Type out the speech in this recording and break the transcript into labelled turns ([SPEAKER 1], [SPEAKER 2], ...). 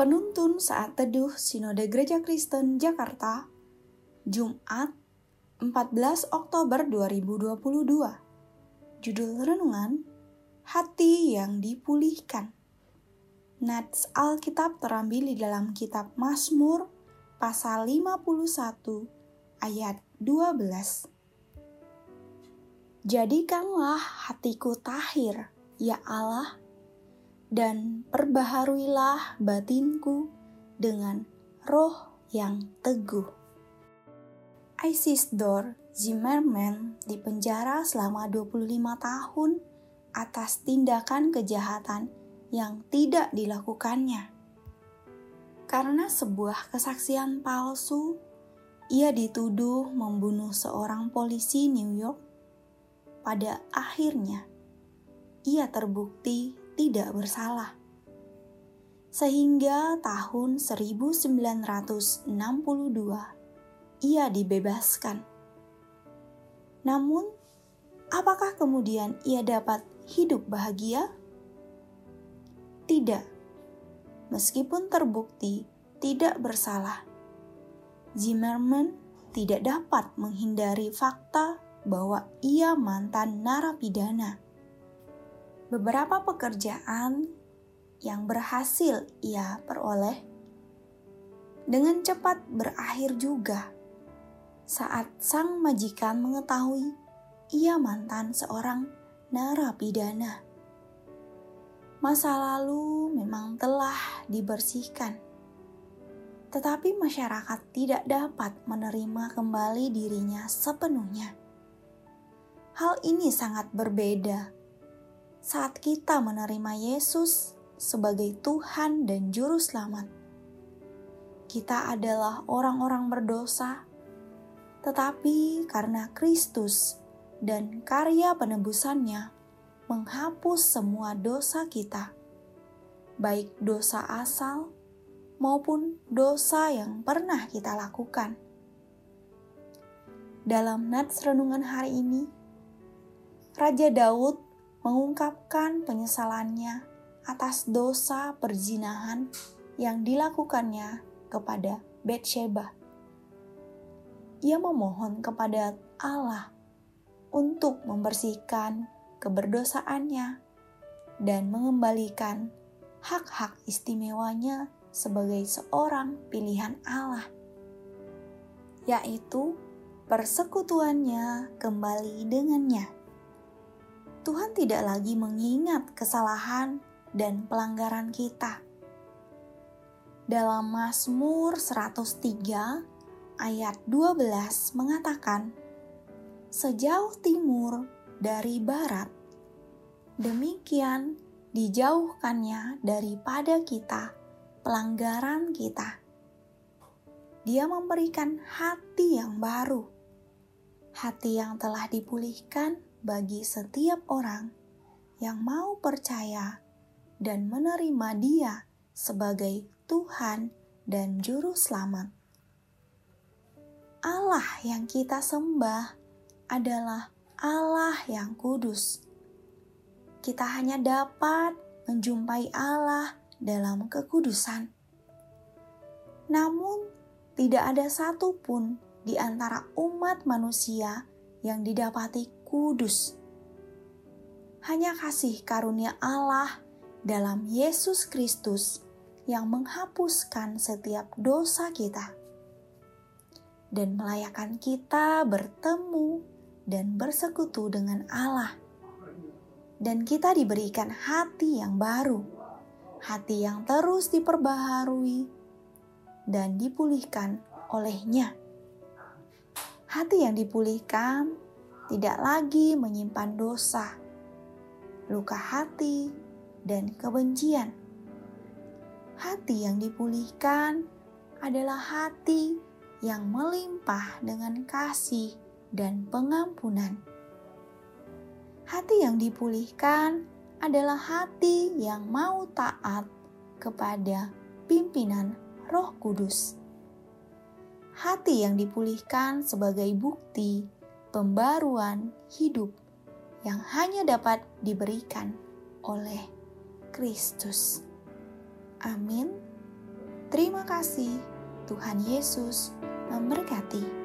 [SPEAKER 1] Penuntun Saat Teduh Sinode Gereja Kristen Jakarta, Jumat 14 Oktober 2022. Judul renungan, Hati yang Dipulihkan. Nats Alkitab terambil di dalam kitab Mazmur pasal 51 ayat 12. Jadikanlah hatiku tahir, ya Allah, dan perbaharuilah batinku dengan roh yang teguh. Isidore Zimmerman dipenjara selama 25 tahun atas tindakan kejahatan yang tidak dilakukannya. Karena sebuah kesaksian palsu, ia dituduh membunuh seorang polisi New York. Pada akhirnya, ia terbukti tidak bersalah. Sehingga tahun 1962, ia dibebaskan. Namun, apakah kemudian ia dapat hidup bahagia? Tidak. Meskipun terbukti tidak bersalah, Zimmerman tidak dapat menghindari fakta bahwa ia mantan narapidana. Beberapa pekerjaan yang berhasil ia peroleh dengan cepat berakhir juga saat sang majikan mengetahui ia mantan seorang narapidana. Masa lalu memang telah dibersihkan, tetapi masyarakat tidak dapat menerima kembali dirinya sepenuhnya. Hal ini sangat berbeda saat kita menerima Yesus sebagai Tuhan dan Juru Selamat. Kita adalah orang-orang berdosa, tetapi karena Kristus dan karya penebusannya menghapus semua dosa kita, baik dosa asal maupun dosa yang pernah kita lakukan. Dalam nats renungan hari ini, Raja Daud mengungkapkan penyesalannya atas dosa perzinahan yang dilakukannya kepada Batsheba. Ia memohon kepada Allah untuk membersihkan keberdosaannya dan mengembalikan hak-hak istimewanya sebagai seorang pilihan Allah, yaitu persekutuannya kembali dengannya. Tuhan tidak lagi mengingat kesalahan dan pelanggaran kita. Dalam Mazmur 103 ayat 12 mengatakan, "Sejauh timur dari barat, demikian dijauhkannya daripada kita pelanggaran kita. Dia memberikan hati yang baru, hati yang telah dipulihkan bagi setiap orang yang mau percaya dan menerima Dia sebagai Tuhan dan Juru Selamat." Allah yang kita sembah adalah Allah yang kudus. Kita hanya dapat menjumpai Allah dalam kekudusan. Namun, tidak ada satupun di antara umat manusia yang didapati kudus. Hanya kasih karunia Allah dalam Yesus Kristus yang menghapuskan setiap dosa kita dan melayakkan kita bertemu dan bersekutu dengan Allah. Dan kita diberikan hati yang baru, hati yang terus diperbaharui dan dipulihkan oleh-Nya. Hati yang dipulihkan tidak lagi menyimpan dosa, luka hati, dan kebencian. Hati yang dipulihkan adalah hati yang melimpah dengan kasih dan pengampunan. Hati yang dipulihkan adalah hati yang mau taat kepada pimpinan Roh Kudus. Hati yang dipulihkan sebagai bukti pembaruan hidup yang hanya dapat diberikan oleh Kristus. Amin. Terima kasih. Tuhan Yesus memberkati.